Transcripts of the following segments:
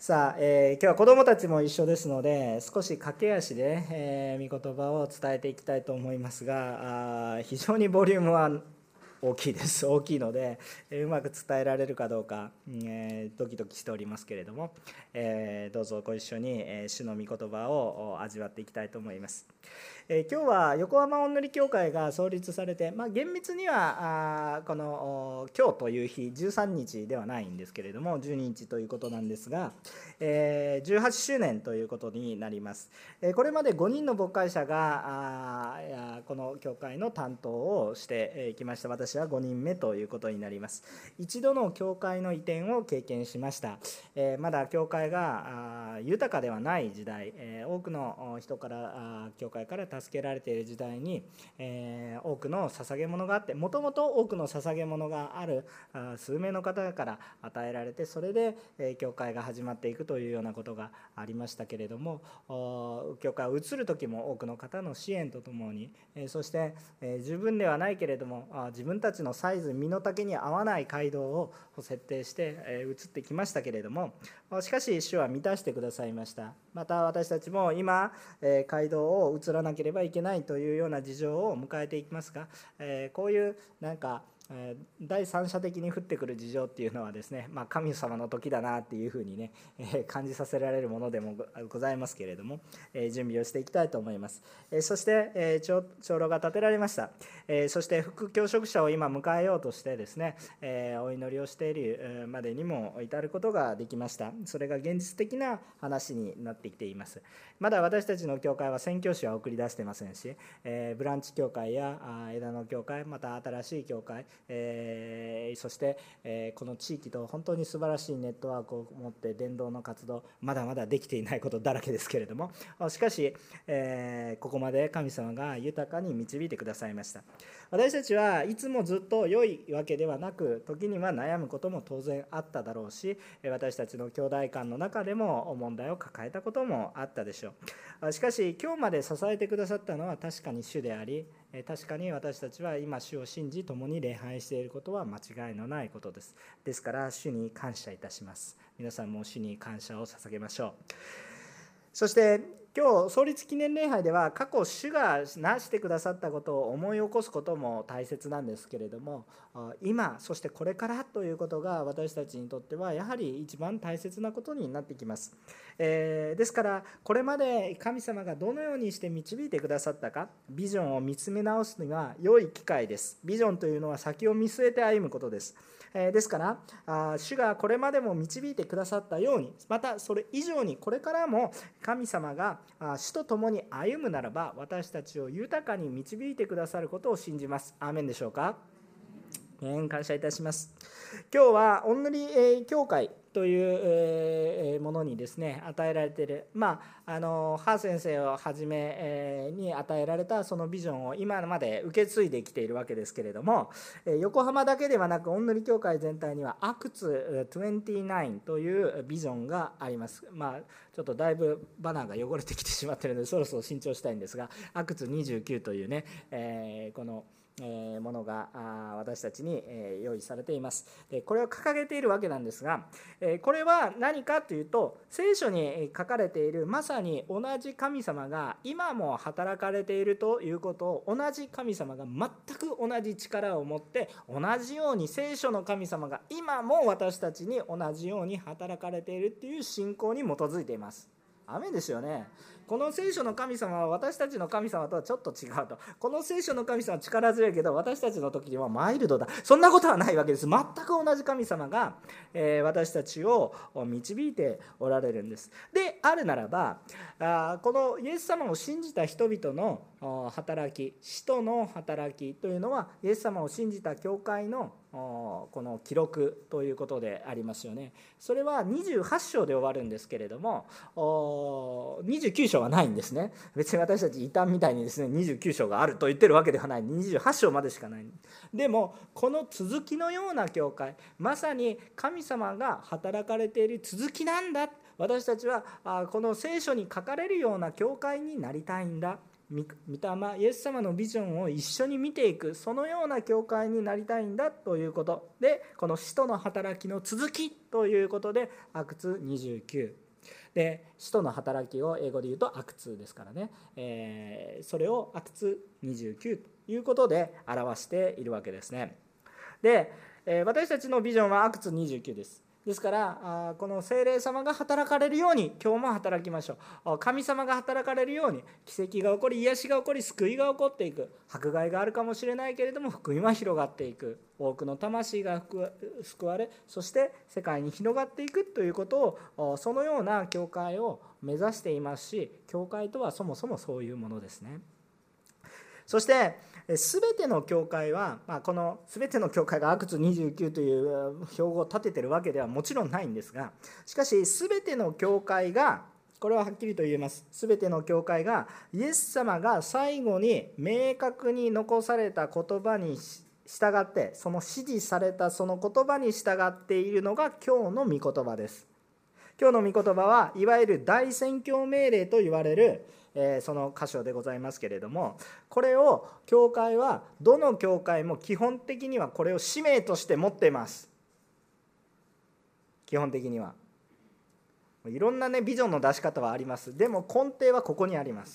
さあ、今日は子どもたちも一緒ですので、少し駆け足で、御言葉を伝えていきたいと思いますが、非常にボリュームは大きいです。大きいので、うまく伝えられるかどうか、ドキドキしておりますけれども、どうぞご一緒に、主の御言葉を味わっていきたいと思います。今日は横浜御塗教会が創立されて、厳密にはこの今日という日13日ではないんですけれども、12日ということなんですが、18周年ということになります。これまで5人の牧会者がこの教会の担当をしてきました。私は5人目ということになります。一度の教会の移転を経験しました。まだ教会が豊かではない時代、多くの人から教会から助けられている時代に、多くの捧げ物があって、もともと多くの捧げ物がある数名の方から与えられて、それで教会が始まっていくというようなことがありましたけれども、教会を移る時も多くの方の支援とともに、そして十分ではないけれども自分たちのサイズ身の丈に合わない街道を設定して移ってきましたけれども、しかし主は満たしてくださいました。また私たちも今街道を移らなければいけないというような事情を迎えていきますが、こういうなんか第三者的に降ってくる事情っていうのはですね、神様の時だなっていうふうにね、感じさせられるものでもございますけれども、準備をしていきたいと思います。そして長老が建てられました。そして副教職者を今迎えようとしてですね、お祈りをしているまでにも至ることができました。それが現実的な話になってきています。まだ私たちの教会は宣教師は送り出してませんし、ブランチ教会や枝野教会、また新しい教会、そして、この地域と本当に素晴らしいネットワークを持って伝道の活動、まだまだできていないことだらけですけれども、しかし、ここまで神様が豊かに導いてくださいました。私たちはいつもずっと良いわけではなく、時には悩むことも当然あっただろうし、私たちの兄弟間の中でも問題を抱えたこともあったでしょう。しかし今日まで支えてくださったのは確かに主であり、確かに私たちは今主を信じ共に礼拝していることは間違いのないことです。ですから主に感謝いたします。皆さんも主に感謝を捧げましょう。そして今日創立記念礼拝では過去主がなしてくださったことを思い起こすことも大切なんですけれども、今そしてこれからということが私たちにとってはやはり一番大切なことになってきます。ですからこれまで神様がどのようにして導いてくださったか、ビジョンを見つめ直すには良い機会です。ビジョンというのは先を見据えて歩むことです。ですから主がこれまでも導いてくださったように、またそれ以上にこれからも神様が主と共に歩むならば、私たちを豊かに導いてくださることを信じます。アーメンでしょうか。感謝いたします。今日は御塗教会というものにですね与えられている、ハー先生をはじめに与えられたそのビジョンを今まで受け継いできているわけですけれども、横浜だけではなく御塗教会全体にはアクツ29というビジョンがあります。ちょっとだいぶバナーが汚れてきてしまっているのでそろそろ新調したいんですが、アクツ29というね、このものが私たちに用意されています。これを掲げているわけなんですが、これは何かというと、聖書に書かれているまさに同じ神様が今も働かれているということを、同じ神様が全く同じ力を持って同じように、聖書の神様が今も私たちに同じように働かれているという信仰に基づいています。アメンですよね。この聖書の神様は私たちの神様とはちょっと違うと。この聖書の神様は力強いけど私たちの時にはマイルドだ、そんなことはないわけです。全く同じ神様が、私たちを導いておられるんです。であるならば、このイエス様を信じた人々の働き、使徒の働きというのはイエス様を信じた教会のこの記録ということでありますよね。それは28章で終わるんですけれども、29章はないんですね。別に私たち異端みたいにですね29章があると言ってるわけではない。28章までしかない。でもこの続きのような教会、まさに神様が働かれている続きなんだ。私たちはこの聖書に書かれるような教会になりたいんだ。 御霊イエス様のビジョンを一緒に見ていく、そのような教会になりたいんだということで、この使徒の働きの続きということでアクツ29で、使徒の働きを英語で言うとアクツですからね、それをアクツ29ということで表しているわけですね。で、私たちのビジョンはアクツ29です。ですからこの聖霊様が働かれるように今日も働きましょう。神様が働かれるように奇跡が起こり、癒しが起こり、救いが起こっていく。迫害があるかもしれないけれども福音は広がっていく。多くの魂が救われ、そして世界に広がっていくということを、そのような教会を目指していますし、教会とはそもそもそういうものですね。そして全ての教会は、この全ての教会がアクツ29という標語を立てているわけではもちろんないんですが、しかし全ての教会が、これははっきりと言えます。全ての教会がイエス様が最後に明確に残された言葉に従って、その指示されたその言葉に従っているのが今日の御言葉です。今日の御言葉はいわゆる大宣教命令と言われるその箇所でございますけれども、これを教会はどの教会も基本的にはこれを使命として持っています。基本的にはいろんなビジョンの出し方はあります。でも根底はここにあります。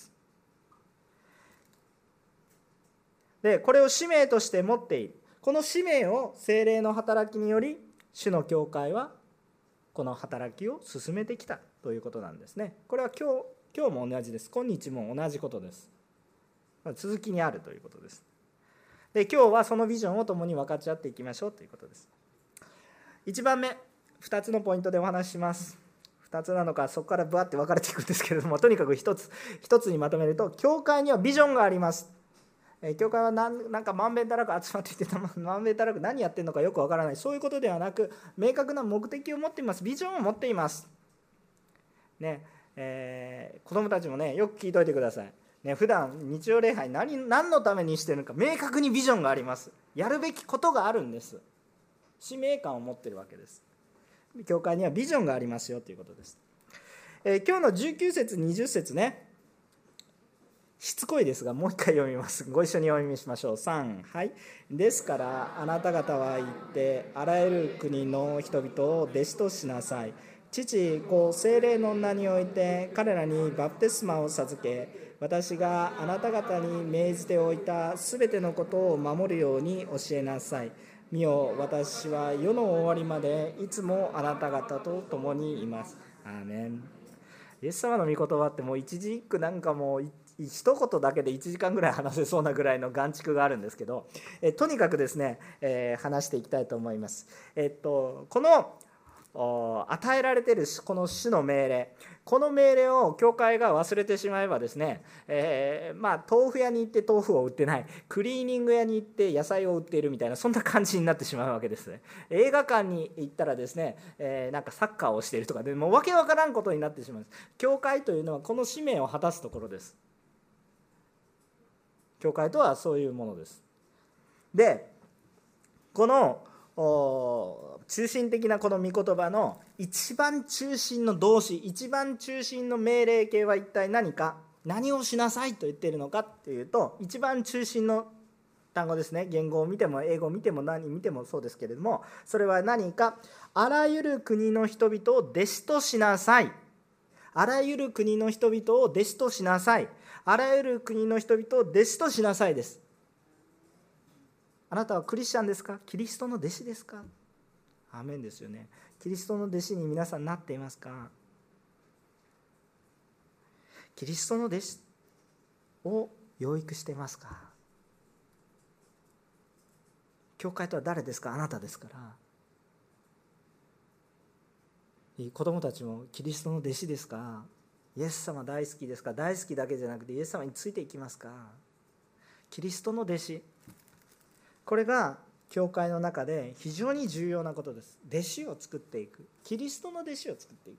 でこれを使命として持っている。この使命を聖霊の働きにより主の教会はこの働きを進めてきたということなんですね。これは今日も同じです。今日も同じことです。続きにあるということです。で今日はそのビジョンを共に分かち合っていきましょうということです。1番目、2つのポイントでお話しします。2つなのかそこからブワッて分かれていくんですけれども、とにかく一つにまとめると、教会にはビジョンがあります。教会はなんかまんべんたらく集まってきて、まんべんたらく何やってるのかよくわからない、そういうことではなく、明確な目的を持っています。ビジョンを持っていますね。子どもたちもね、よく聞いといてくださいね。普段日曜礼拝何のためにしているのか明確にビジョンがあります。やるべきことがあるんです。使命感を持っているわけです。教会にはビジョンがありますよということです。今日の19節20節ね、しつこいですがもう一回読みます。ご一緒に読みしましょう。3、はい。ですからあなた方は行ってあらゆる国の人々を弟子としなさい。父子聖霊の名において彼らにバプテスマを授け、私があなた方に命じておいたすべてのことを守るように教えなさい。見よ、私は世の終わりまでいつもあなた方と共にいます。アーメン。イエス様の御言葉ってもう一字一句なんかもう一言だけで1時間ぐらい話せそうなぐらいの眼蓄があるんですけど、とにかくですね、話していきたいと思います。この与えられているこの主の命令、この命令を教会が忘れてしまえばですね、豆腐屋に行って豆腐を売ってない、クリーニング屋に行って野菜を売っているみたいな、そんな感じになってしまうわけです。映画館に行ったらですね、なんかサッカーをしているとかでもうわけわからんことになってしまうんです。教会というのはこの使命を果たすところです。教会とはそういうものです。でこの中心的なこの御言葉の一番中心の動詞、一番中心の命令形は一体何か、何をしなさいと言っているのかっていうと、一番中心の単語ですね。言語を見ても英語を見ても何見てもそうですけれども、それは何か、あらゆる国の人々を弟子としなさい。あらゆる国の人々を弟子としなさい。あらゆる国の人々を弟子としなさいです。あなたはクリスチャンですか？キリストの弟子ですか？アーメンですよね。キリストの弟子に皆さんなっていますか？キリストの弟子を養育していますか？教会とは誰ですか？あなたですから。子供たちもキリストの弟子ですか？イエス様大好きですか？大好きだけじゃなくてイエス様についていきますか？キリストの弟子、これが教会の中で非常に重要なことです。弟子を作っていく、キリストの弟子を作っていく。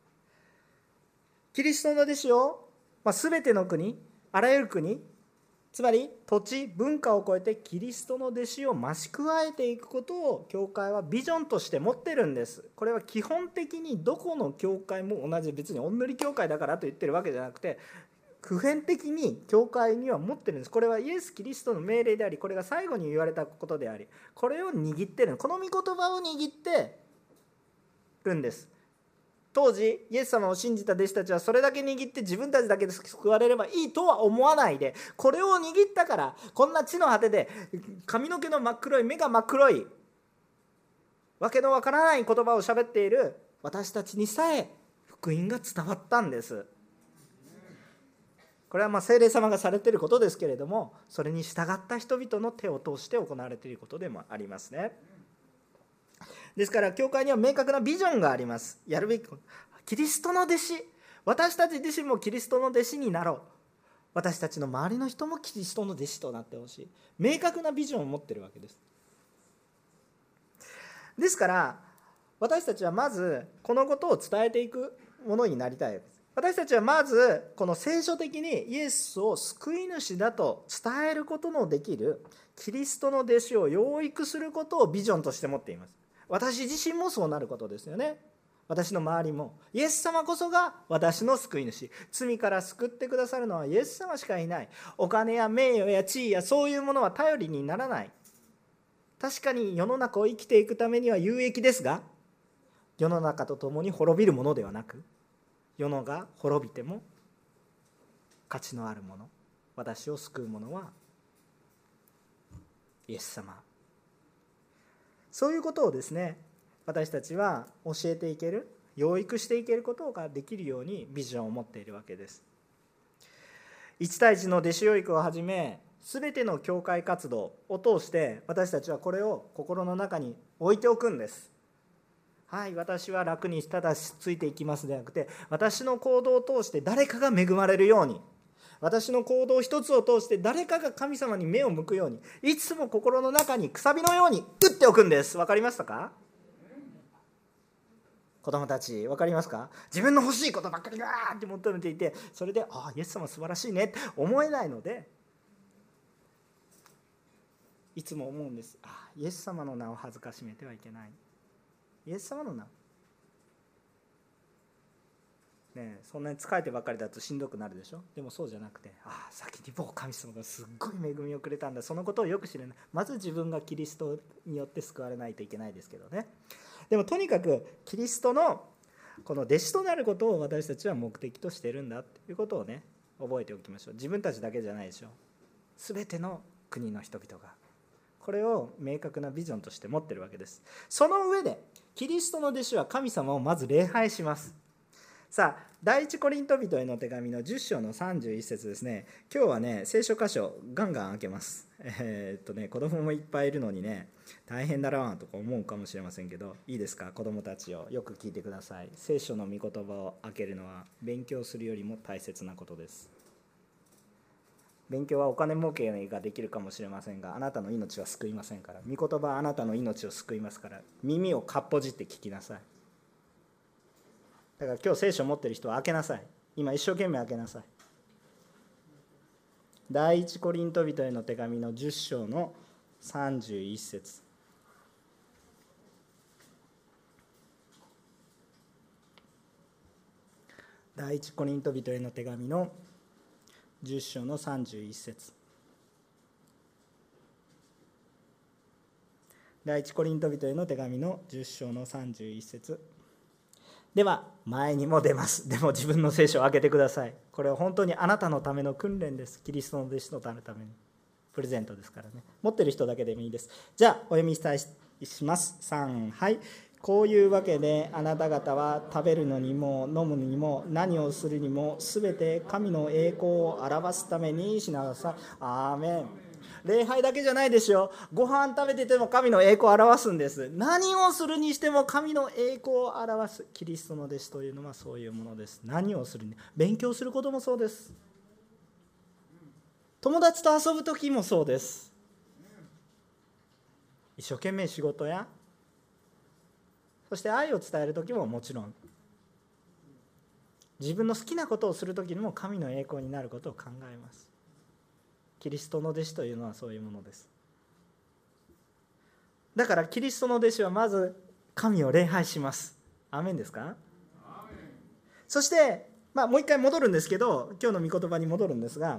キリストの弟子を、全ての国、あらゆる国、 つまり土地文化を超えてキリストの弟子を増し加えていくことを教会はビジョンとして持ってるんです。これは基本的にどこの教会も同じ、別におんぬり教会だからと言ってるわけじゃなくて、普遍的に教会には持ってるんです。これはイエス・キリストの命令であり、これが最後に言われたことであり、これを握ってる、この御言葉を握ってるんです。当時イエス様を信じた弟子たちはそれだけ握って自分たちだけで救われればいいとは思わないで、これを握ったからこんな地の果てで髪の毛の真っ黒い、目が真っ黒い、わけのわからない言葉を喋っている私たちにさえ福音が伝わったんです。これは聖霊様がされていることですけれども、それに従った人々の手を通して行われていることでもありますね。ですから教会には明確なビジョンがあります。やるべきこと、キリストの弟子、私たち自身もキリストの弟子になろう。私たちの周りの人もキリストの弟子となってほしい。明確なビジョンを持っているわけです。ですから私たちはまずこのことを伝えていくものになりたいわけです。私たちはまずこの聖書的にイエスを救い主だと伝えることのできるキリストの弟子を養育することをビジョンとして持っています。私自身もそうなることですよね。私の周りもイエス様こそが私の救い主、罪から救ってくださるのはイエス様しかいない。お金や名誉や地位やそういうものは頼りにならない。確かに世の中を生きていくためには有益ですが、世の中と共に滅びるものではなく、世のが滅びても価値のあるもの、私を救うものはイエス様。そういうことをですね、私たちは教えていける、養育していけることができるようにビジョンを持っているわけです。1対1の弟子養育をはじめ、すべての教会活動を通して私たちはこれを心の中に置いておくんです。はい、私は楽にただついていきますではなくて、私の行動を通して誰かが恵まれるように、私の行動一つを通して誰かが神様に目を向くように、いつも心の中にくさびのように打っておくんです。わかりましたか？子供たち分かりますか？自分の欲しいことばっかりガーって求めていて、それでイエス様素晴らしいねって思えないので、いつも思うんです。イエス様の名を恥ずかしめてはいけない。イエス様の名、そんなに疲れてばっかりだとしんどくなるでしょ。でもそうじゃなくて、先にもう神様がすっごい恵みをくれたんだ、そのことをよく知れない。まず自分がキリストによって救われないといけないですけどね。でもとにかくキリストのこの弟子となることを私たちは目的としているんだということをね、覚えておきましょう。自分たちだけじゃないでしょ。すべての国の人々がこれを明確なビジョンとして持っているわけです。その上でキリストの弟子は神様をまず礼拝します。さあ、第一コリント人への手紙の10章の31節ですね。今日はね、聖書箇所ガンガン開けます。子供もいっぱいいるのにね、大変だなとか思うかもしれませんけど、いいですか、子供たちをよく聞いてください。聖書の御言葉を開けるのは勉強するよりも大切なことです。勉強はお金儲けができるかもしれませんが、あなたの命は救いませんから。御言葉はあなたの命を救いますから、耳をかっぽじって聞きなさい。だから今日聖書を持っている人は開けなさい。今一生懸命開けなさい。第一コリント人への手紙の10章の31節。第一コリント人への手紙の10章の31節。第一コリント人への手紙の10章の31節。では前にも出ます。でも自分の聖書を開けてください。これは本当にあなたのための訓練です。キリストの弟子のためにプレゼントですからね。持ってる人だけでもいいです。じゃあお読みしたいします。3、はい。こういうわけであなた方は食べるのにも飲むにも何をするにもすべて神の栄光を表すためにしなさい。アーメン。礼拝だけじゃないでしょ。ご飯食べてても神の栄光を表すんです。何をするにしても神の栄光を表す。キリストの弟子というのはそういうものです。何をするに、勉強することもそうです。友達と遊ぶ時もそうです。一生懸命仕事や、そして愛を伝える時ももちろん、自分の好きなことをする時にも神の栄光になることを考えます。 キリストの弟子というのはそういうものです。だからキリストの弟子はまず神を礼拝します。アーメンですか？そして、もう一回戻るんですけど、今日の御言葉に戻るんですが、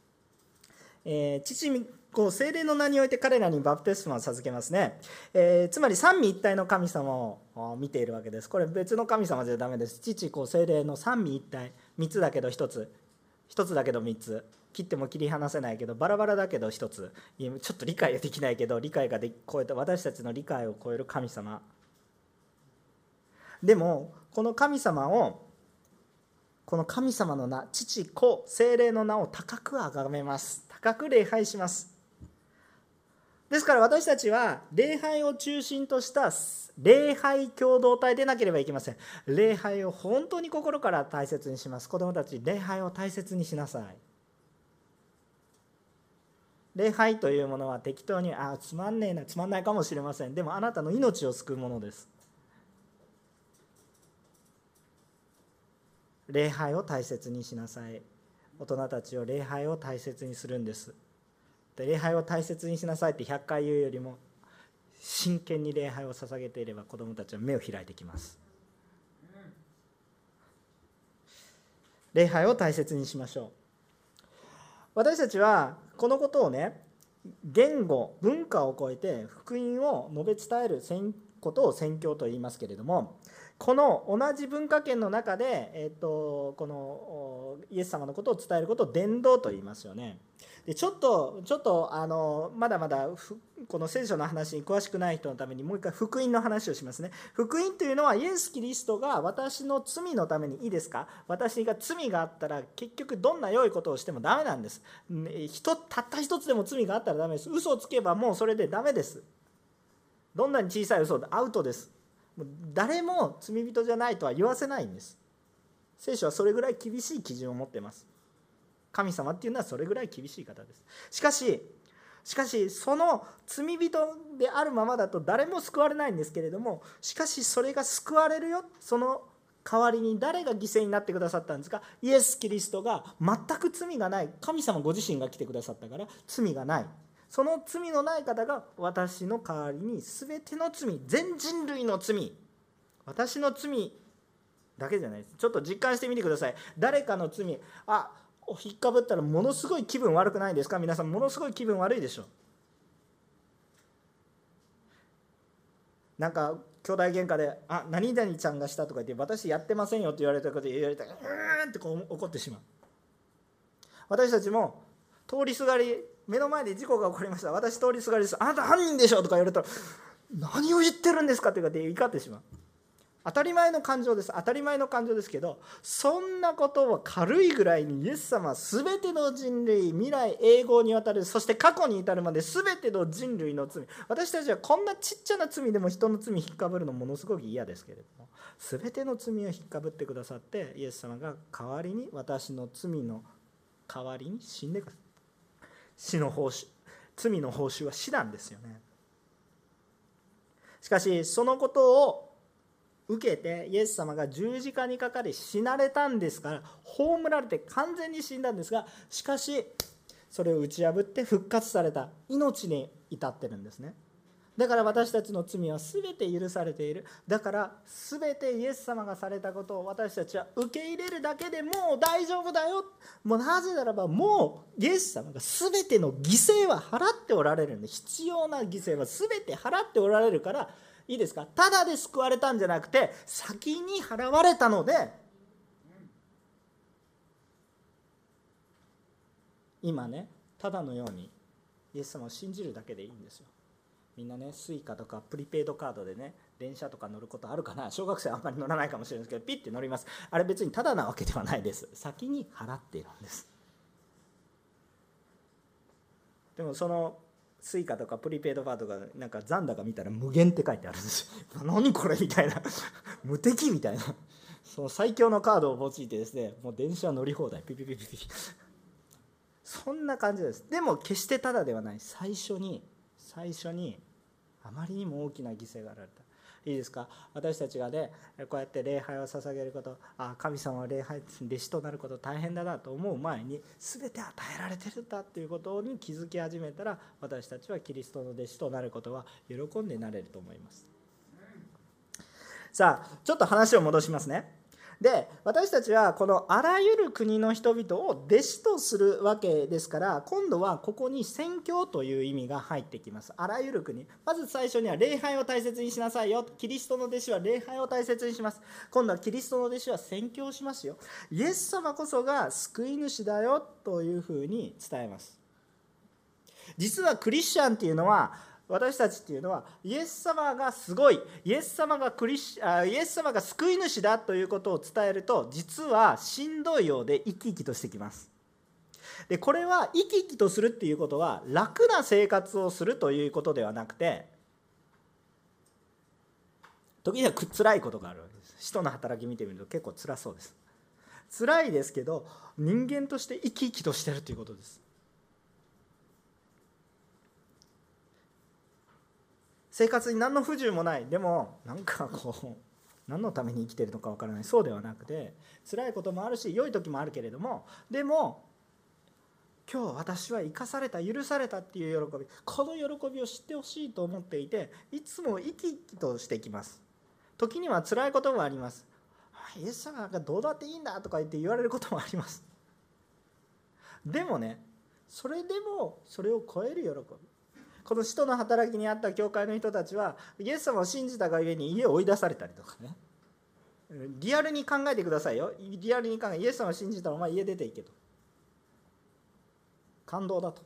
父子聖霊の名において彼らにバプテスマを授けますね。つまり三位一体の神様を見ているわけです。これ別の神様じゃダメです。父子聖霊の三位一体、3つだけど1つ、1つだけど3つ、切っても切り離せないけどバラバラだけど1つ、ちょっと理解できないけど理解が超えた、私たちの理解を超える神様でも、この神様の名、父子聖霊の名を高く崇めます。高く礼拝します。ですから私たちは礼拝を中心とした礼拝共同体でなければいけません。礼拝を本当に心から大切にします。子どもたち、礼拝を大切にしなさい。礼拝というものは適当につまんねえな、つまんないかもしれません。でもあなたの命を救うものです。礼拝を大切にしなさい。大人たちを礼拝を大切にするんです。で、礼拝を大切にしなさいって100回言うよりも真剣に礼拝を捧げていれば子どもたちは目を開いてきます。礼拝を大切にしましょう。私たちはこのことをね、言語文化を超えて福音を述べ伝えることを宣教と言いますけれども、この同じ文化圏の中で、このイエス様のことを伝えることを伝道と言いますよね。でちょっとまだまだこの聖書の話に詳しくない人のためにもう一回福音の話をしますね。福音というのはイエス・キリストが私の罪のために、いいですか、私が罪があったら結局どんな良いことをしてもダメなんです。たった一つでも罪があったらダメです。嘘をつけばもうそれでダメです。どんなに小さい嘘でアウトです。誰も罪人じゃないとは言わせないんです。聖書はそれぐらい厳しい基準を持っています。神様っていうのはそれぐらい厳しい方です。しかしその罪人であるままだと誰も救われないんですけれども、しかしそれが救われるよ。その代わりに誰が犠牲になってくださったんですか？イエス・キリストが全く罪がない、神様ご自身が来てくださったから罪がない、その罪のない方が私の代わりに全ての罪、全人類の罪、私の罪だけじゃないです。ちょっと実感してみてください。誰かの罪引っかぶったらものすごい気分悪くないですか？皆さんものすごい気分悪いでしょ。なんか兄弟喧嘩で何々ちゃんがしたとか言って、私やってませんよって言われたことで言われたらってこう怒ってしまう。私たちも通りすがり、目の前で事故が起こりました、私通りすがりです、あなた犯人でしょとか言われたら何を言ってるんですかって怒ってしまう。当たり前の感情です。当たり前の感情ですけど、そんなことを軽いぐらいにイエス様は全ての人類、未来永劫にわたる、そして過去に至るまで全ての人類の罪、私たちはこんなちっちゃな罪でも人の罪引っかぶるのものすごく嫌ですけれども、全ての罪を引っかぶってくださって、イエス様が代わりに、私の罪の代わりに死んでください。死の報酬、罪の報酬は死なんですよね。しかしそのことを受けてイエス様が十字架にかかり死なれたんですから、葬られて完全に死んだんですが、しかしそれを打ち破って復活された、命に至ってるんですね。だから私たちの罪は全て許されている。だから全てイエス様がされたことを私たちは受け入れるだけでもう大丈夫だよ。もうなぜならば、もうイエス様が全ての犠牲は払っておられるんで、必要な犠牲は全て払っておられるから、いいですか、ただで救われたんじゃなくて先に払われたので、今ね、ただのようにイエス様を信じるだけでいいんですよ。みんなね、スイカとかプリペイドカードでね、電車とか乗ることあるかな。小学生はあんまり乗らないかもしれないですけど、ピッて乗ります。あれ別にただなわけではないです。先に払っているんです。でもそのスイカとかプリペイドカードがなんか残高見たら無限って書いてあるんですよ。何これみたいな、無敵みたいな、その最強のカードを用いてですね、もう電車乗り放題、ピピピピピ、そんな感じです。でも決してただではない。最初にあまりにも大きな犠牲があられた。 いいですか。私たちがねこうやって礼拝を捧げること、神様は礼拝弟子となること大変だなと思う前に、全て与えられてるんだということに気づき始めたら、私たちはキリストの弟子となることは喜んでなれると思います。さあちょっと話を戻しますね。で、私たちはこのあらゆる国の人々を弟子とするわけですから、今度はここに宣教という意味が入ってきます。あらゆる国、まず最初には礼拝を大切にしなさいよ。キリストの弟子は礼拝を大切にします。今度はキリストの弟子は宣教しますよ。イエス様こそが救い主だよというふうに伝えます。実はクリスチャンっていうのは、私たちっていうのはイエス様がすごい、イエス様が救い主だということを伝えると、実はしんどいようで生き生きとしてきます。でこれは生き生きとするっていうことは楽な生活をするということではなくて、時には辛いことがあるわけです。使徒の働き見てみると結構辛そうです。辛いですけど、人間として生き生きとしてるということです。生活に何の不自由もない。でもなんか何のために生きているのかわからない。そうではなくて、辛いこともあるし良い時もあるけれども、でも今日私は生かされた、許されたっていう喜び、この喜びを知ってほしいと思っていて、いつも生き生きとしてきます。時には辛いこともあります。イエス様がどうだっていいんだとか言われることもあります。でもね、それでもそれを超える喜び、この使徒の働きにあった教会の人たちはイエス様を信じたがゆえに家を追い出されたりとかね、リアルに考えてくださいよ。リアルに考え、イエス様を信じたらお前家出ていけと、感動だと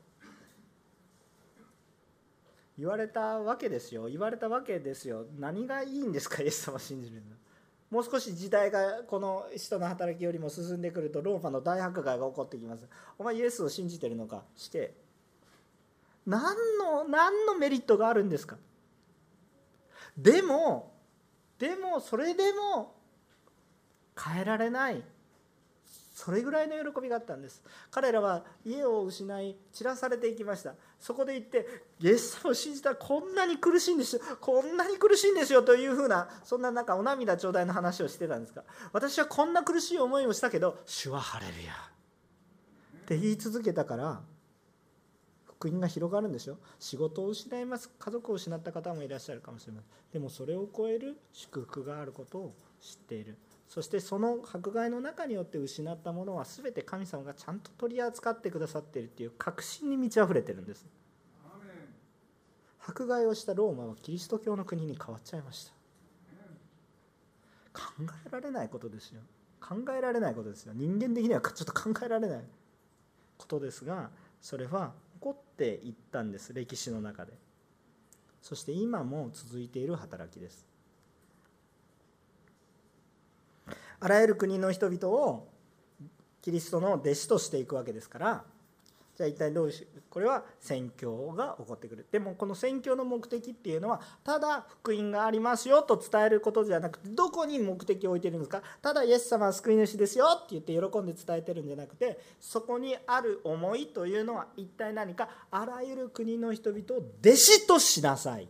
言われたわけですよ。何がいいんですか、イエス様を信じるの。もう少し時代がこの使徒の働きよりも進んでくると、ローマの大迫害が起こってきます。お前イエスを信じてるのか、して何のメリットがあるんですか。でもそれでも変えられない、それぐらいの喜びがあったんです。彼らは家を失い散らされていきました。そこで言って、イエス様を信じたらこんなに苦しいんですよというふうな、そんな中お涙頂戴の話をしてたんですが、私はこんな苦しい思いをしたけど主はハレルヤって言い続けたから福音が広がるんでしょ。仕事を失います、家族を失った方もいらっしゃるかもしれません。でもそれを超える祝福があることを知っている。そしてその迫害の中によって失ったものは全て神様がちゃんと取り扱ってくださっているという確信に満ち溢れてるんです。迫害をしたローマはキリスト教の国に変わっちゃいました。考えられないことですよ。人間的にはちょっと考えられないことですが、それは起こっていったんです、歴史の中で。そして今も続いている働きです。あらゆる国の人々をキリストの弟子としていくわけですから、じゃあ一体どういう、これは宣教が起こってくる。でもこの宣教の目的っていうのは、ただ福音がありますよと伝えることじゃなくて、どこに目的を置いてるんですか。ただイエス様は救い主ですよって言って喜んで伝えてるんじゃなくて、そこにある思いというのは一体何か。あらゆる国の人々を弟子としなさい。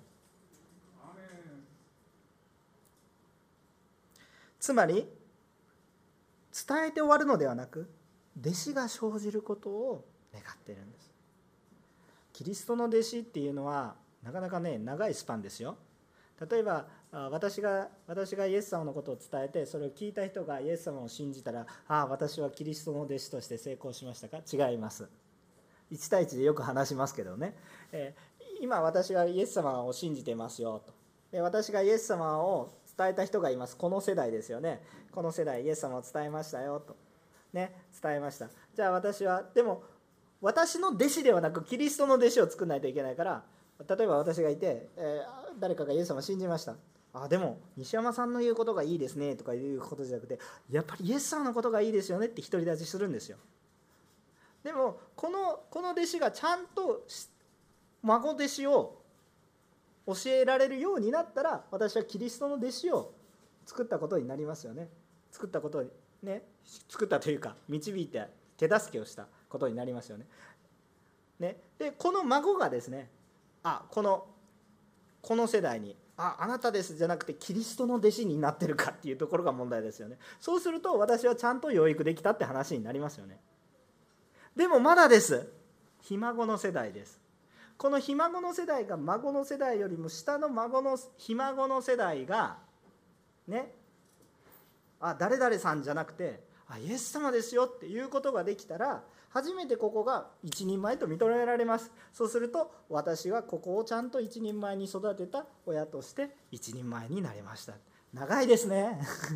つまり伝えて終わるのではなく、弟子が生じることを願っているんです。キリストの弟子っていうのはなかなかね、長いスパンですよ。例えば私がイエス様のことを伝えて、それを聞いた人がイエス様を信じたら、私はキリストの弟子として成功しましたか。違います。1対1でよく話しますけどね、今私はイエス様を信じてますよと。で私がイエス様を伝えた人がいます。この世代ですよね。この世代イエス様を伝えましたよとね、伝えました。じゃあ私はでも私の弟子ではなくキリストの弟子を作らないといけないから、例えば私がいて、誰かがイエス様を信じました。でも西山さんの言うことがいいですねとかいうことじゃなくて、やっぱりイエス様のことがいいですよねって独り立ちするんですよ。でもこの弟子がちゃんと孫弟子を教えられるようになったら、私はキリストの弟子を作ったことになりますよね。作ったというか導いて手助けをしたことになりますよね。でこの孫がですね、この世代にあなたですじゃなくてキリストの弟子になってるかっていうところが問題ですよね。そうすると私はちゃんと養育できたって話になりますよね。でもまだです。ひ孫の世代です。このひ孫の世代が孫の世代よりも下のひ孫の世代がね、誰々さんじゃなくてイエス様ですよっていうことができたら、初めてここが一人前と認められます。そうすると私はここをちゃんと一人前に育てた親として一人前になりました。長いですね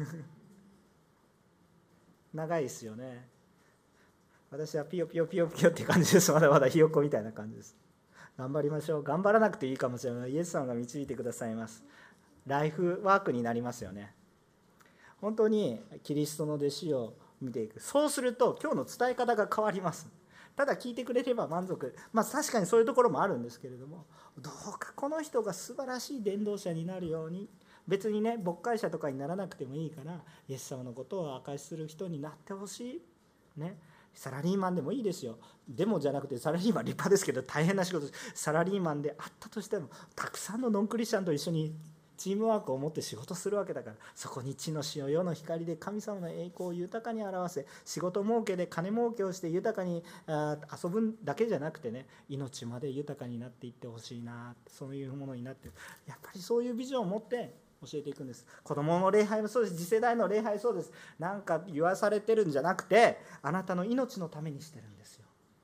長いですよね。私はピヨピヨピヨピヨって感じです。まだまだひよっこみたいな感じです。頑張りましょう。頑張らなくていいかもしれない。イエス様が導いてくださいます。ライフワークになりますよね。本当にキリストの弟子を見ていく。そうすると今日の伝え方が変わります。ただ聞いてくれれば満足。確かにそういうところもあるんですけれども、どうかこの人が素晴らしい伝道者になるように、別にね牧会者とかにならなくてもいいから、イエス様のことを証しする人になってほしいね。サラリーマンでもいいですよ。でもじゃなくて、サラリーマン立派ですけど大変な仕事です。サラリーマンであったとしても、たくさんのノンクリスチャンと一緒にチームワークを持って仕事するわけだから、そこに地の塩世の光で神様の栄光を豊かに表せ、仕事儲けで金儲けをして豊かに遊ぶだけじゃなくてね、命まで豊かになっていってほしいな、そういうものになって、やっぱりそういうビジョンを持って教えていくんです。子供の礼拝もそうです。次世代の礼拝そうです。なんか言わされてるんじゃなくて、あなたの命のためにしてるんですよ。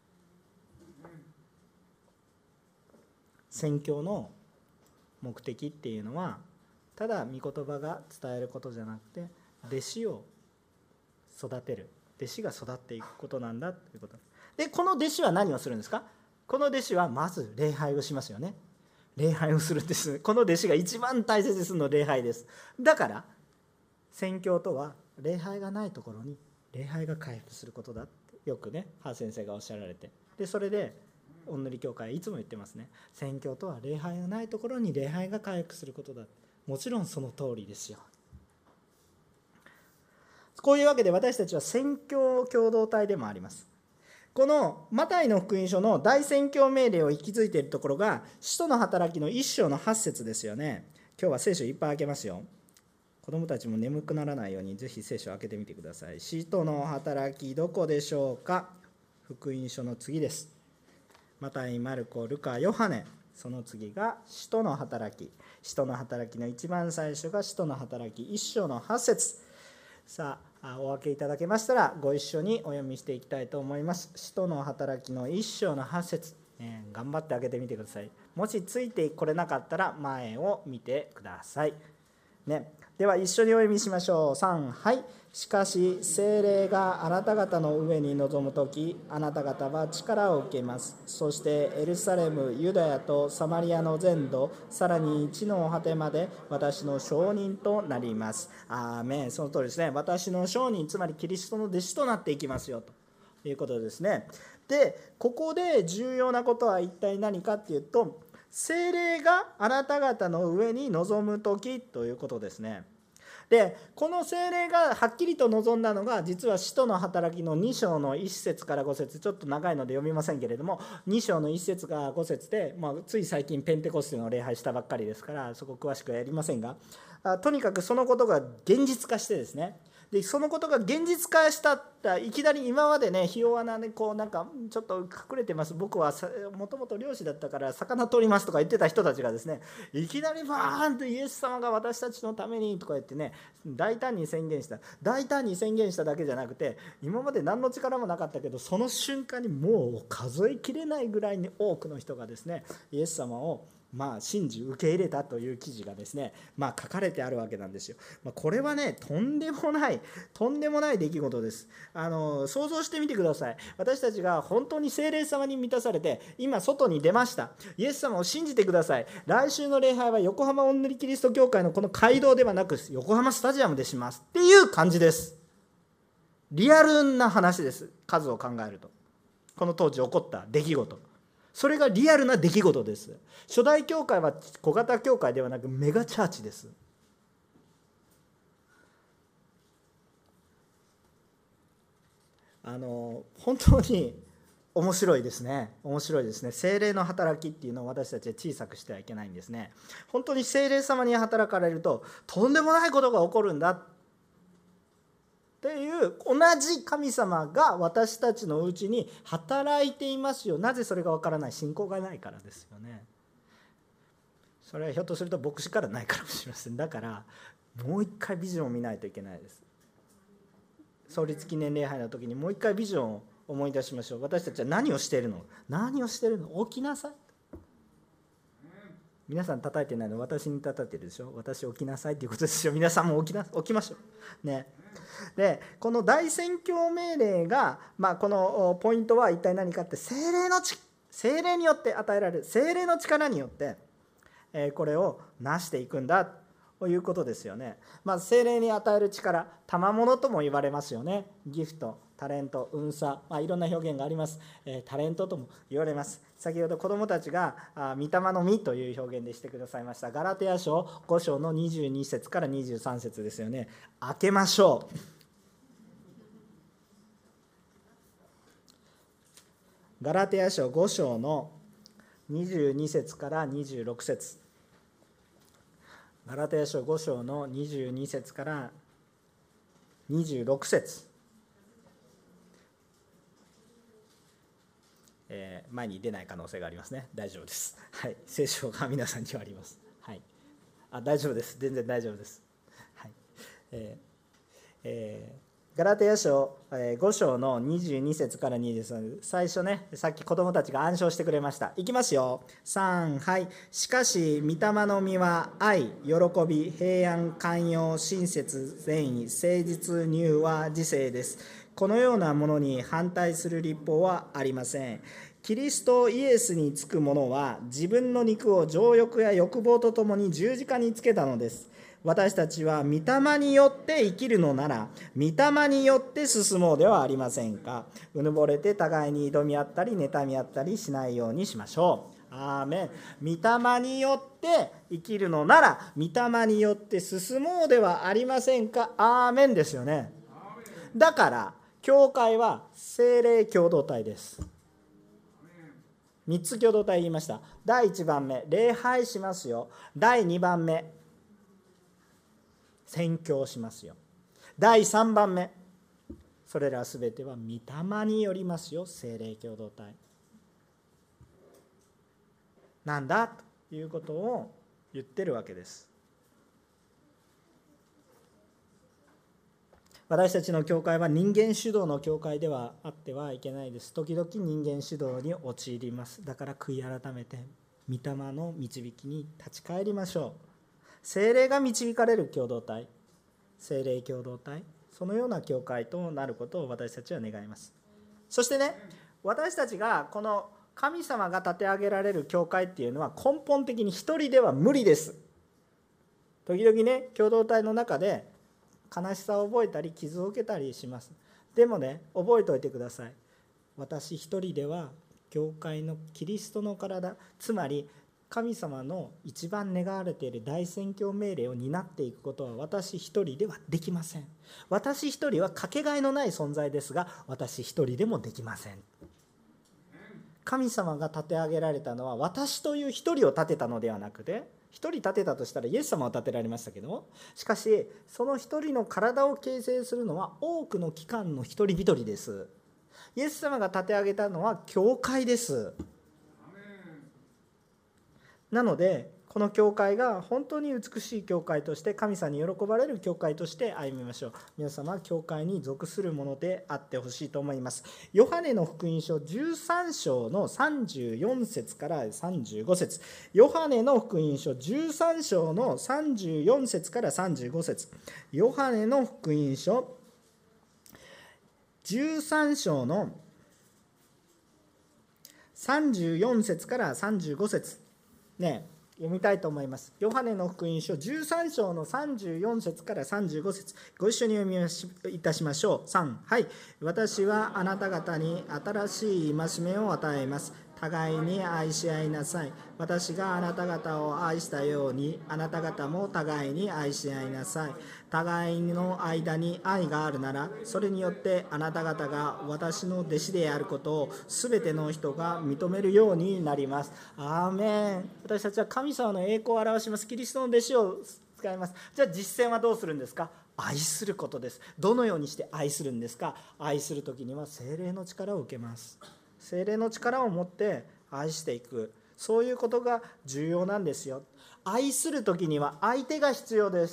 宣教の目的っていうのは、ただ御言葉が伝えることじゃなくて、弟子を育てる、弟子が育っていくことなんだということで、この弟子は何をするんですか。この弟子はまず礼拝をしますよね。礼拝をするんです。この弟子が一番大切にするのは礼拝です。だから宣教とは礼拝がないところに礼拝が回復することだってよくねハー先生がおっしゃられて、でそれで御塗教会いつも言ってますね。宣教とは礼拝がないところに礼拝が回復することだ。もちろんその通りですよ。こういうわけで私たちは宣教共同体でもあります。このマタイの福音書の大宣教命令を息づいているところが使徒の働きの1章の8節ですよね。今日は聖書いっぱい開けますよ。子どもたちも眠くならないようにぜひ聖書を開けてみてください。使徒の働きどこでしょうか。福音書の次です。マタイ、マルコ、ルカ、ヨハネ、その次が使徒の働き。使徒の働きの一番最初が使徒の働き1章の8節。さあお分けいただけましたらご一緒にお読みしていきたいと思います。使徒の働きの1章の8節、頑張って開けてみてください。もしついてこれなかったら前を見てください、では一緒にお読みしましょう。3、はい。しかし聖霊があなた方の上に臨むとき、あなた方は力を受けます。そしてエルサレム、ユダヤとサマリアの全土、さらに地の果てまで私の証人となります。アーメン。その通りですね。私の証人、つまりキリストの弟子となっていきますよということですね。でここで重要なことは一体何かっていうと、聖霊があなた方の上に臨む時ということですね。でこの聖霊がはっきりと臨んだのが、実は使徒の働きの2章の1節から5節、ちょっと長いので読みませんけれども、2章の1節から5節で、つい最近ペンテコステの礼拝したばっかりですから、そこ詳しくはやりませんが、とにかくそのことが現実化してですね、でそのことが現実化したった、いきなり今までね、ひ弱なね、こうなんかちょっと隠れてます、僕はもともと漁師だったから魚取りますとか言ってた人たちがですね、いきなりバーンとイエス様が私たちのためにとか言ってね、大胆に宣言した。大胆に宣言しただけじゃなくて、今まで何の力もなかったけど、その瞬間にもう数えきれないぐらいに多くの人がですね、イエス様を信じ受け入れたという記事がですね、書かれてあるわけなんですよ。これはね、とんでもない出来事です。想像してみてください。私たちが本当に聖霊様に満たされて、今外に出ました。イエス様を信じてください。来週の礼拝は横浜御塗キリスト教会のこの街道ではなく、横浜スタジアムでしますっていう感じです。リアルな話です。数を考えると、この当時起こった出来事、それがリアルな出来事です。初代教会は小型教会ではなくメガチャーチです。本当に面白いですね。面白いですね。聖霊の働きっていうのを私たちは小さくしてはいけないんですね。本当に聖霊様に働かれるととんでもないことが起こるんだっていう同じ神様が私たちのうちに働いていますよ。なぜそれがわからない？信仰がないからですよね。それはひょっとすると牧師からないからもしれません。だからもう一回ビジョンを見ないといけないです。創立記念礼拝の時にもう一回ビジョンを思い出しましょう。私たちは何をしているの？何をしているの？起きなさい。皆さん叩いてないの私に叩いてるでしょ。私起きなさいっていうことですよ。皆さんも起きましょうね。でこの大宣教命令が、このポイントは一体何かって、聖霊によって与えられる聖霊の力によってこれを成していくんだということですよね。聖霊に与える力、賜物とも言われますよね。ギフト、タレント、運差、いろんな表現があります。タレントとも言われます。先ほど子どもたちが御霊の実という表現でしてくださいました。ガラテヤ書5章の22節から23節ですよね。開けましょう。ガラテヤ書5章の22節から26節。ガラテヤ書5章の22節から26節。前に出ない可能性がありますね。大丈夫です。はい、聖書が皆さんにはあります。はい、大丈夫です。全然大丈夫です。はい、ガラテヤ書5章の22節から23節、最初ね、さっき子どもたちが暗唱してくれました。いきますよ。3、はい。しかし御霊の実は愛、喜び、平安、寛容、親切、善意、誠実、柔和、自制です。このようなものに反対する立法はありません。キリストイエスにつく者は自分の肉を情欲や欲望とともに十字架につけたのです。私たちは御霊によって生きるのなら、御霊によって進もうではありませんか。うぬぼれて互いに挑み合ったり妬み合ったりしないようにしましょう。アーメン。御霊によって生きるのなら、御霊によって進もうではありませんか。アーメンですよね。だから教会は聖霊共同体です。3つ共同体言いました。第1番目、礼拝しますよ。第2番目、宣教しますよ。第3番目、それらすべては御霊によりますよ。聖霊共同体なんだということを言ってるわけです。私たちの教会は人間主導の教会ではあってはいけないです。時々人間主導に陥ります。だから悔い改めて御霊の導きに立ち返りましょう。聖霊が導かれる共同体、聖霊共同体、そのような教会となることを私たちは願います。そしてね、私たちがこの神様が立て上げられる教会っていうのは根本的に一人では無理です。時々ね、共同体の中で悲しさを覚えたり傷を受けたりします。でもね、覚えておいてください。私一人では教会のキリストの体、つまり神様の一番願われている大宣教命令を担っていくことは私一人ではできません。私一人はかけがえのない存在ですが、私一人でもできません。神様が立て上げられたのは私という一人を立てたのではなくて、一人立てたとしたらイエス様を立てられましたけど、しかしその一人の体を形成するのは多くの機関の一人一人です。イエス様が立て上げたのは教会です。なのでこの教会が本当に美しい教会として、神様に喜ばれる教会として歩みましょう。皆様は教会に属するものであってほしいと思います。ヨハネの福音書13章の34節から35節、ヨハネの福音書13章の34節から35節、ヨハネの福音書13章の34節から35節ね、読みたいと思います。ヨハネの福音書13章の34節から35節、ご一緒に読みいたしましょう。3、はい。私はあなた方に新しい戒めを与えます。互いに愛し合いなさい。私があなた方を愛したように、あなた方も互いに愛し合いなさい。 互いの間に愛があるなら、それによってあなた方が私の弟子であることをすべての人が認めるようになります。アーメン。私たちは神様の栄光を表しますキリストの弟子を使います。じゃあ実践はどうするんですか？愛することです。どのようにして愛するんですか？愛するときには聖霊の力を受けます。聖霊の力を持って愛していく、そういうことが重要なんですよ。愛するときには相手が必要です。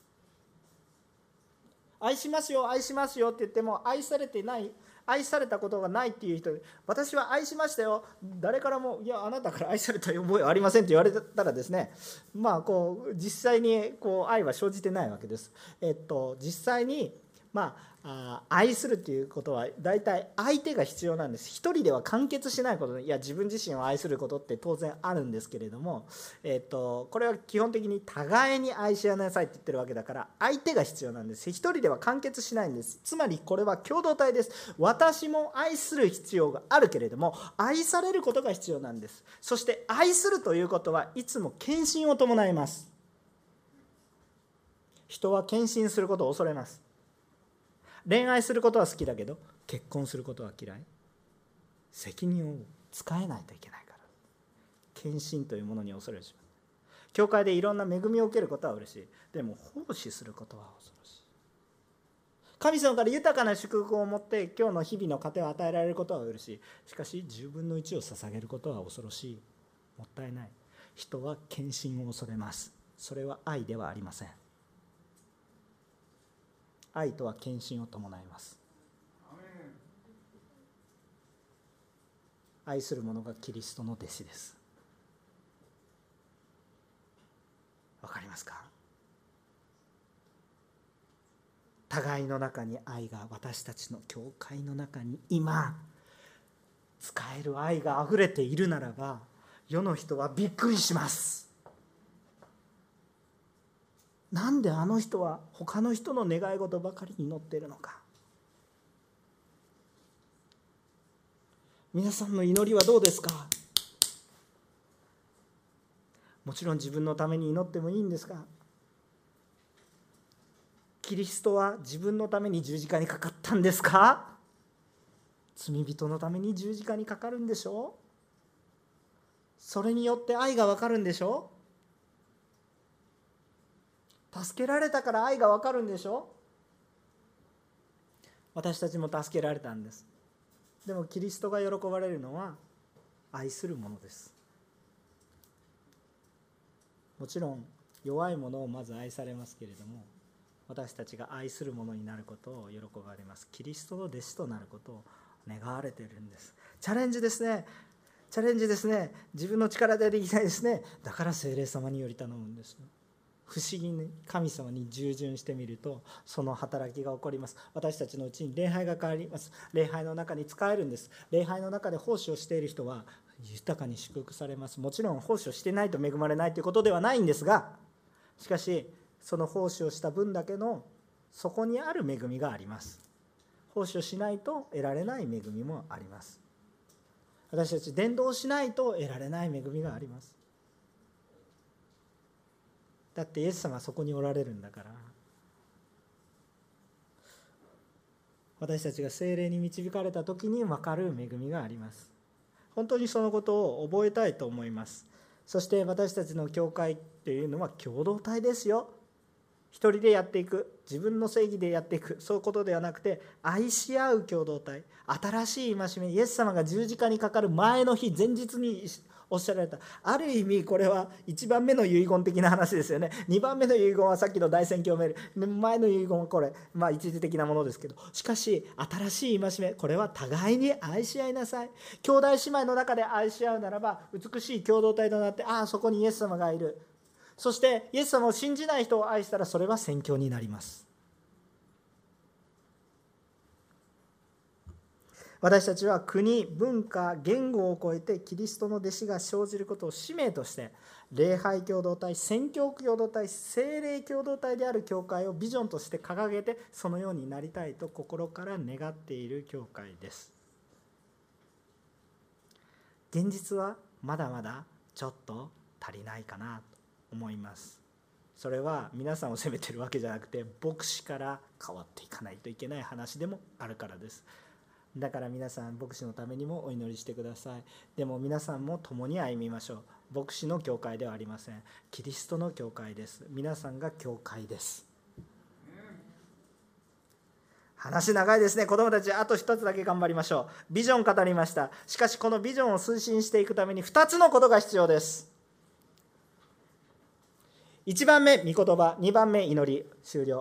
愛しますよ愛しますよって言っても愛されてない、愛されたことがないっていう人、私は愛しましたよ、誰からもいやあなたから愛された覚えはありませんって言われたらですね、実際に愛は生じてないわけです。実際に愛するということは大体相手が必要なんです。一人では完結しないことで、いや自分自身を愛することって当然あるんですけれども、これは基本的に互いに愛し合いなさいって言ってるわけだから相手が必要なんです。一人では完結しないんです。つまりこれは共同体です。私も愛する必要があるけれども愛されることが必要なんです。そして愛するということはいつも献身を伴います。人は献身することを恐れます。恋愛することは好きだけど結婚することは嫌い。責任を使えないといけないから、献身というものに恐れるしまう。教会でいろんな恵みを受けることは嬉しい。でも奉仕することは恐ろしい。神様から豊かな祝福を持って今日の日々の糧を与えられることは嬉しい。しかし10分の1を捧げることは恐ろしい。もったいない。人は献身を恐れます。それは愛ではありません。愛とは献身を伴います。愛する者がキリストの弟子です。わかりますか？互いの中に愛が、私たちの教会の中に今使える愛があふれているならば、世の人はびっくりします。なんであの人は他の人の願い事ばかりに祈っているのか。皆さんの祈りはどうですか？もちろん自分のために祈ってもいいんですが、キリストは自分のために十字架にかかったんですか？罪人のために十字架にかかるんでしょう。それによって愛がわかるんでしょう。助けられたから愛がわかるんでしょう。私たちも助けられたんです。でもキリストが喜ばれるのは愛するものです。もちろん弱いものをまず愛されますけれども、私たちが愛するものになることを喜ばれます。キリストの弟子となることを願われているんです。チャレンジですね。チャレンジですね。自分の力でできないですね。だから聖霊様により頼むんです。不思議に神様に従順してみるとその働きが起こります。私たちのうちに礼拝が変わります。礼拝の中に使えるんです。礼拝の中で奉仕をしている人は豊かに祝福されます。もちろん奉仕をしていないと恵まれないということではないんですが、しかしその奉仕をした分だけのそこにある恵みがあります。奉仕をしないと得られない恵みもあります。私たち伝道しないと得られない恵みがあります。だってイエス様はそこにおられるんだから。私たちが聖霊に導かれた時に分かる恵みがあります。本当にそのことを覚えたいと思います。そして私たちの教会というのは共同体ですよ。一人でやっていく、自分の正義でやっていく、そういうことではなくて愛し合う共同体。新しい戒め、イエス様が十字架にかかる前の日、前日におっしゃられた。ある意味これは1番目の遺言的な話ですよね。2番目の遺言はさっきの大宣教メール、前の遺言はこれ一時的なものですけど、しかし新しい戒め、これは互いに愛し合いなさい。兄弟姉妹の中で愛し合うならば美しい共同体となって、そこにイエス様がいる。そしてイエス様を信じない人を愛したらそれは宣教になります。私たちは国、文化、言語を超えてキリストの弟子が生じることを使命として、礼拝共同体、宣教共同体、聖霊共同体である教会をビジョンとして掲げて、そのようになりたいと心から願っている教会です。現実はまだまだちょっと足りないかなと思います。 それは皆さんを責めてるわけじゃなくて、牧師から変わっていかないといけない話でもあるからです。だから皆さん牧師のためにもお祈りしてください。でも皆さんも共に歩みましょう。牧師の教会ではありません。キリストの教会です。皆さんが教会です。話長いですね。子どもたち、あと一つだけ頑張りましょう。ビジョン語りました。しかしこのビジョンを推進していくために2つのことが必要です。1番目、御言葉。2番目、祈り。終了。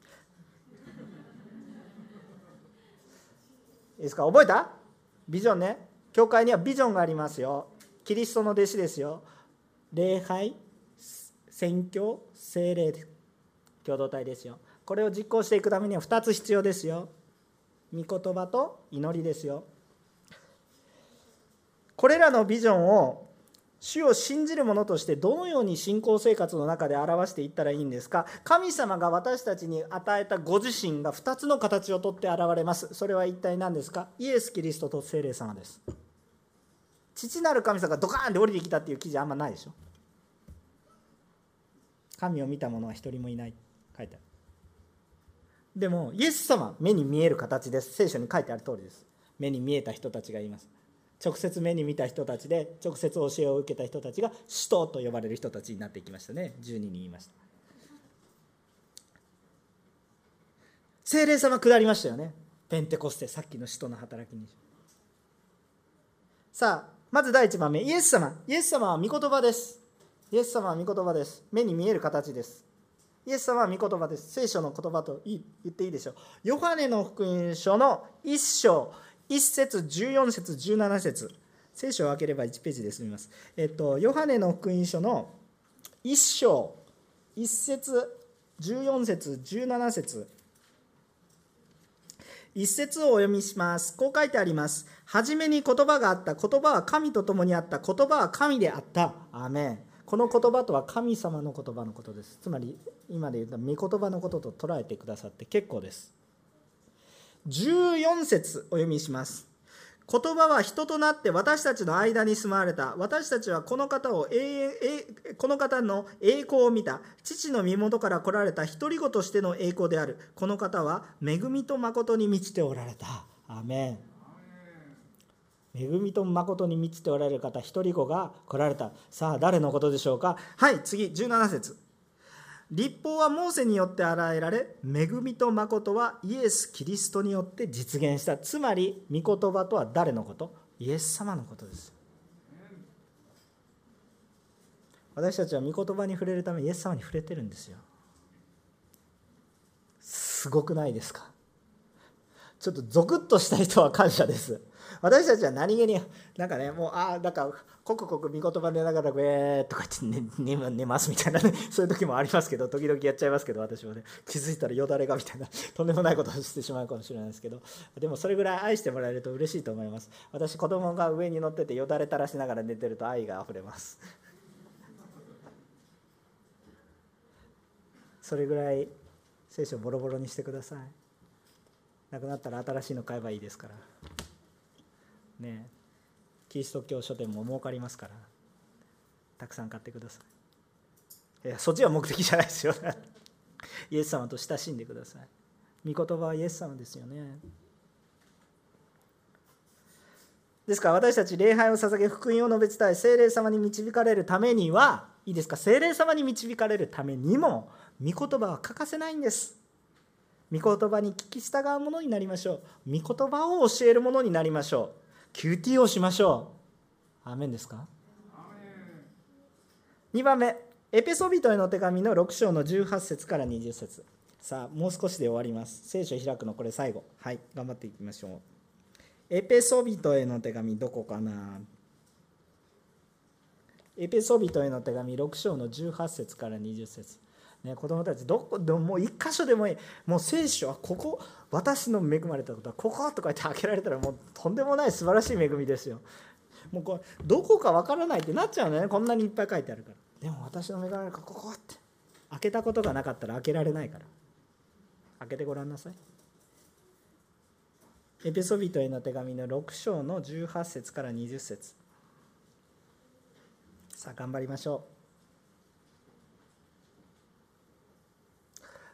いいですか？覚えた？ビジョンね。教会にはビジョンがありますよ。キリストの弟子ですよ。礼拝、宣教、聖霊、共同体ですよ。これを実行していくためには2つ必要ですよ。御言葉と祈りですよ。これらのビジョンを主を信じる者としてどのように信仰生活の中で表していったらいいんですか？神様が私たちに与えたご自身が2つの形をとって現れます。それは一体何ですか？イエス・キリストと聖霊様です。父なる神様がドカーンで降りてきたっていう記事あんまないでしょ。神を見た者は一人もいない書いてある。でもイエス様、目に見える形です。聖書に書いてある通りです。目に見えた人たちがいます。直接目に見た人たちで、直接教えを受けた人たちが使徒と呼ばれる人たちになっていきましたね。12人いました。聖霊様下りましたよね。ペンテコステ、さっきの使徒の働きに。さあ、まず第1番目、イエス様。イエス様は御言葉です。イエス様は御言葉です。目に見える形です。イエス様は御言葉です。聖書の言葉と言っていいでしょう。ヨハネの福音書の1章1節14節17節、聖書を開ければ1ページで済みます。ヨハネの福音書の1章1節14節17節、一節をお読みします。こう書いてあります。はじめに言葉があった。言葉は神と共にあった。言葉は神であった。アーメン。この言葉とは神様の言葉のことです。つまり今で言うと御言葉のことと捉えてくださって結構です。14節お読みします。言葉は人となって私たちの間に住まわれた。私たちはこの方の栄光を見た。父の身元から来られた独り子としての栄光である。この方は恵みと誠に満ちておられた。アーメン。恵みと誠に満ちておられる方、独り子が来られた。さあ誰のことでしょうか？はい、次17節。律法はモーセによって与えられ、恵みと誠はイエス・キリストによって実現した。つまり御言葉とは誰のこと？イエス様のことです。私たちは御言葉に触れるためイエス様に触れてるんですよ。すごくないですか？ちょっとゾクッとした人は感謝です。私たちは何気になんかね、もうなんかコクコク御言葉寝ながらとか言って寝ますみたいなね、そういう時もありますけど、時々やっちゃいますけど、私もね、気づいたらよだれがみたいなとんでもないことをしてしまうかもしれないですけど、でもそれぐらい愛してもらえると嬉しいと思います。私、子供が上に乗っててよだれ垂らしながら寝てると愛があふれます。それぐらい聖書をボロボロにしてください。なくなったら新しいの買えばいいですからね。キリスト教書店も儲かりますから、たくさん買ってください。いや、そっちは目的じゃないですよイエス様と親しんでください。御言葉はイエス様ですよね。ですから私たち礼拝を捧げ、福音を述べ伝え、聖霊様に導かれるためには、いいですか、聖霊様に導かれるためにも御言葉は欠かせないんです。御言葉に聞き従うものになりましょう。御言葉を教えるものになりましょう。QT をしましょう。アーメンですか？2番目、エペソビトへの手紙の6章の18節から20節。さあもう少しで終わります。聖書開くのこれ最後。はい、頑張っていきましょう。エペソビトへの手紙どこかな。エペソビトへの手紙6章の18節から20節ね、子供たちどこでももう一箇所でもいい。もう聖書はここ、私の恵まれたことはこことか言って開けられたらもうとんでもない素晴らしい恵みですよ。もうこれどこかわからないってなっちゃうのね、こんなにいっぱい書いてあるから。でも私の恵まれたここって開けたことがなかったら開けられないから、開けてごらんなさい。エペソビトへの手紙の6章の18節から20節。さあ頑張りましょう。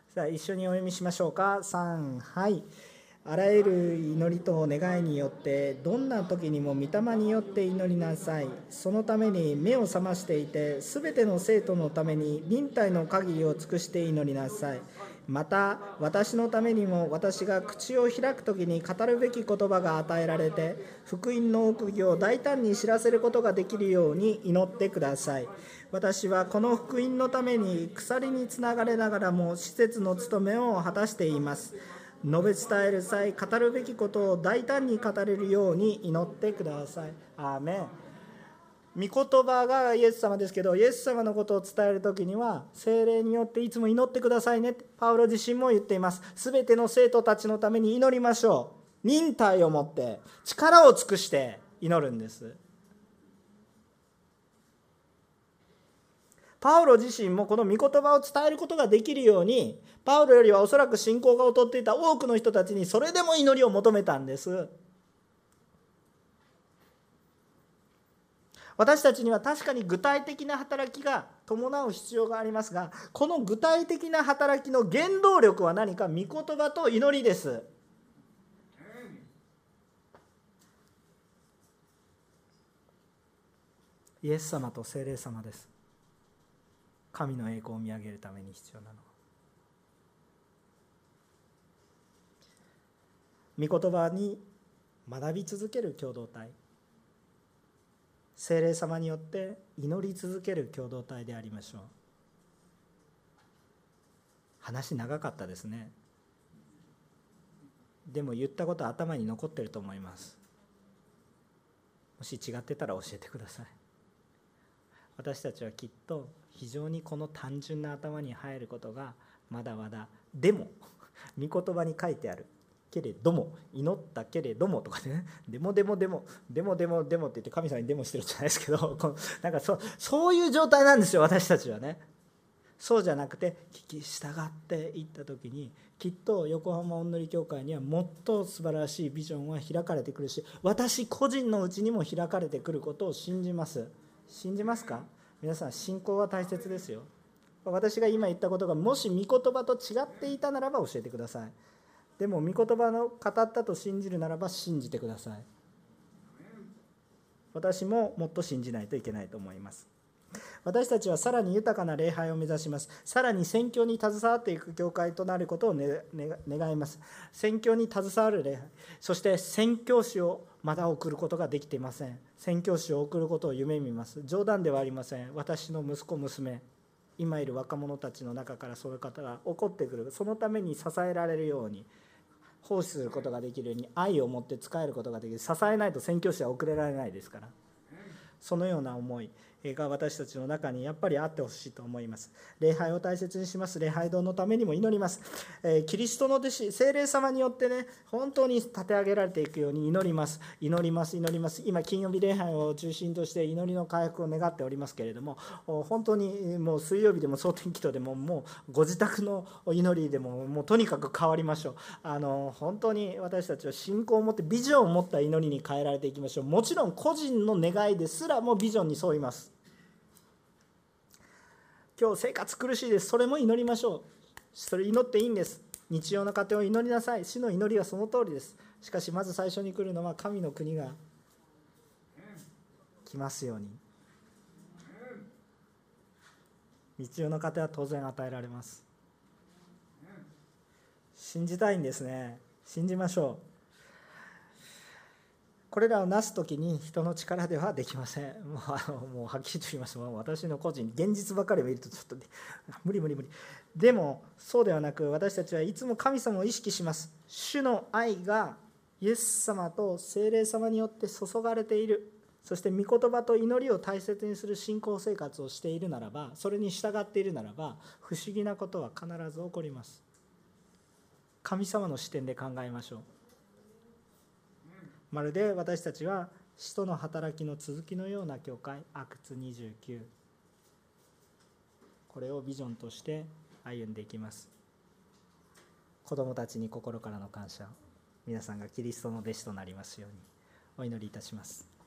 さあ一緒にお読みしましょうか。3、はい。あらゆる祈りと願いによってどんな時にも御霊によって祈りなさい。そのために目を覚ましていて、すべての生徒のために忍耐の限りを尽くして祈りなさい。また私のためにも、私が口を開く時に語るべき言葉が与えられて、福音の奥義を大胆に知らせることができるように祈ってください。私はこの福音のために鎖につながれながらも施設の務めを果たしています。述べ伝える際、語るべきことを大胆に語れるように祈ってください。アーメン。御言葉がイエス様ですけど、イエス様のことを伝えるときには聖霊によっていつも祈ってくださいねってパウロ自身も言っています。すべての生徒たちのために祈りましょう。忍耐を持って力を尽くして祈るんです。パウロ自身もこの御言葉を伝えることができるように、パウロよりはおそらく信仰が劣っていた多くの人たちにそれでも祈りを求めたんです。私たちには確かに具体的な働きが伴う必要がありますが、この具体的な働きの原動力は何か、御言葉と祈りです。イエス様と聖霊様です。神の栄光を見上げるために必要なのは、御言葉に学び続ける共同体、聖霊様によって祈り続ける共同体でありましょう。話長かったですね。でも言ったことは頭に残ってると思います。もし違ってたら教えてください。私たちはきっと非常にこの単純な頭に入ることがまだまだ、でも御言葉に書いてあるけれども、祈ったけれどもとかね、でもって言って神様にデモしてるじゃないですけど、なんかそういう状態なんですよ、私たちはね。そうじゃなくて、聞き従っていった時に、きっと横浜おんのり教会にはもっと素晴らしいビジョンは開かれてくるし、私個人のうちにも開かれてくることを信じます。信じますか？皆さん、信仰は大切ですよ。私が今言ったことがもし御言葉と違っていたならば教えてください。でも御言葉の語ったと信じるならば信じてください。私ももっと信じないといけないと思います。私たちはさらに豊かな礼拝を目指します。さらに宣教に携わっていく教会となることを、願います。宣教に携わる礼拝、そして宣教師をまだ送ることができていません。宣教師を送ることを夢見ます。冗談ではありません。私の息子娘、今いる若者たちの中からそういう方が起こってくる。そのために支えられるように、奉仕することができるように、愛を持って仕えることができる。支えないと宣教師は送れられないですから。そのような思いが私たちの中にやっぱりあってほしいと思います。礼拝を大切にします。礼拝堂のためにも祈ります。キリストの弟子、聖霊様によってね、本当に立て上げられていくように祈ります。今金曜日礼拝を中心として祈りの回復を願っておりますけれども、本当にもう水曜日でも蒼天祈祷でも、もうご自宅の祈りでも、もうとにかく変わりましょう。本当に私たちは信仰を持ってビジョンを持った祈りに変えられていきましょう。もちろん個人の願いですらもビジョンに沿います。今日生活苦しいです。それも祈りましょう。それ祈っていいんです。日曜の家庭を祈りなさい。主の祈りはその通りです。しかしまず最初に来るのは、神の国が来ますように。日曜の家庭は当然与えられます。信じたいんですね。信じましょう。これらをなすときに人の力ではできません。もうはっきりと言います。私の個人、現実ばかり見るとちょっと無理。でもそうではなく、私たちはいつも神様を意識します。主の愛がイエス様と聖霊様によって注がれている。そして御言葉と祈りを大切にする信仰生活をしているならば、それに従っているならば、不思議なことは必ず起こります。神様の視点で考えましょう。まるで私たちは使徒の働きの続きのような教会、アクツ29、これをビジョンとして歩んでいきます。子どもたちに心からの感謝を、皆さんがキリストの弟子となりますようにお祈りいたします。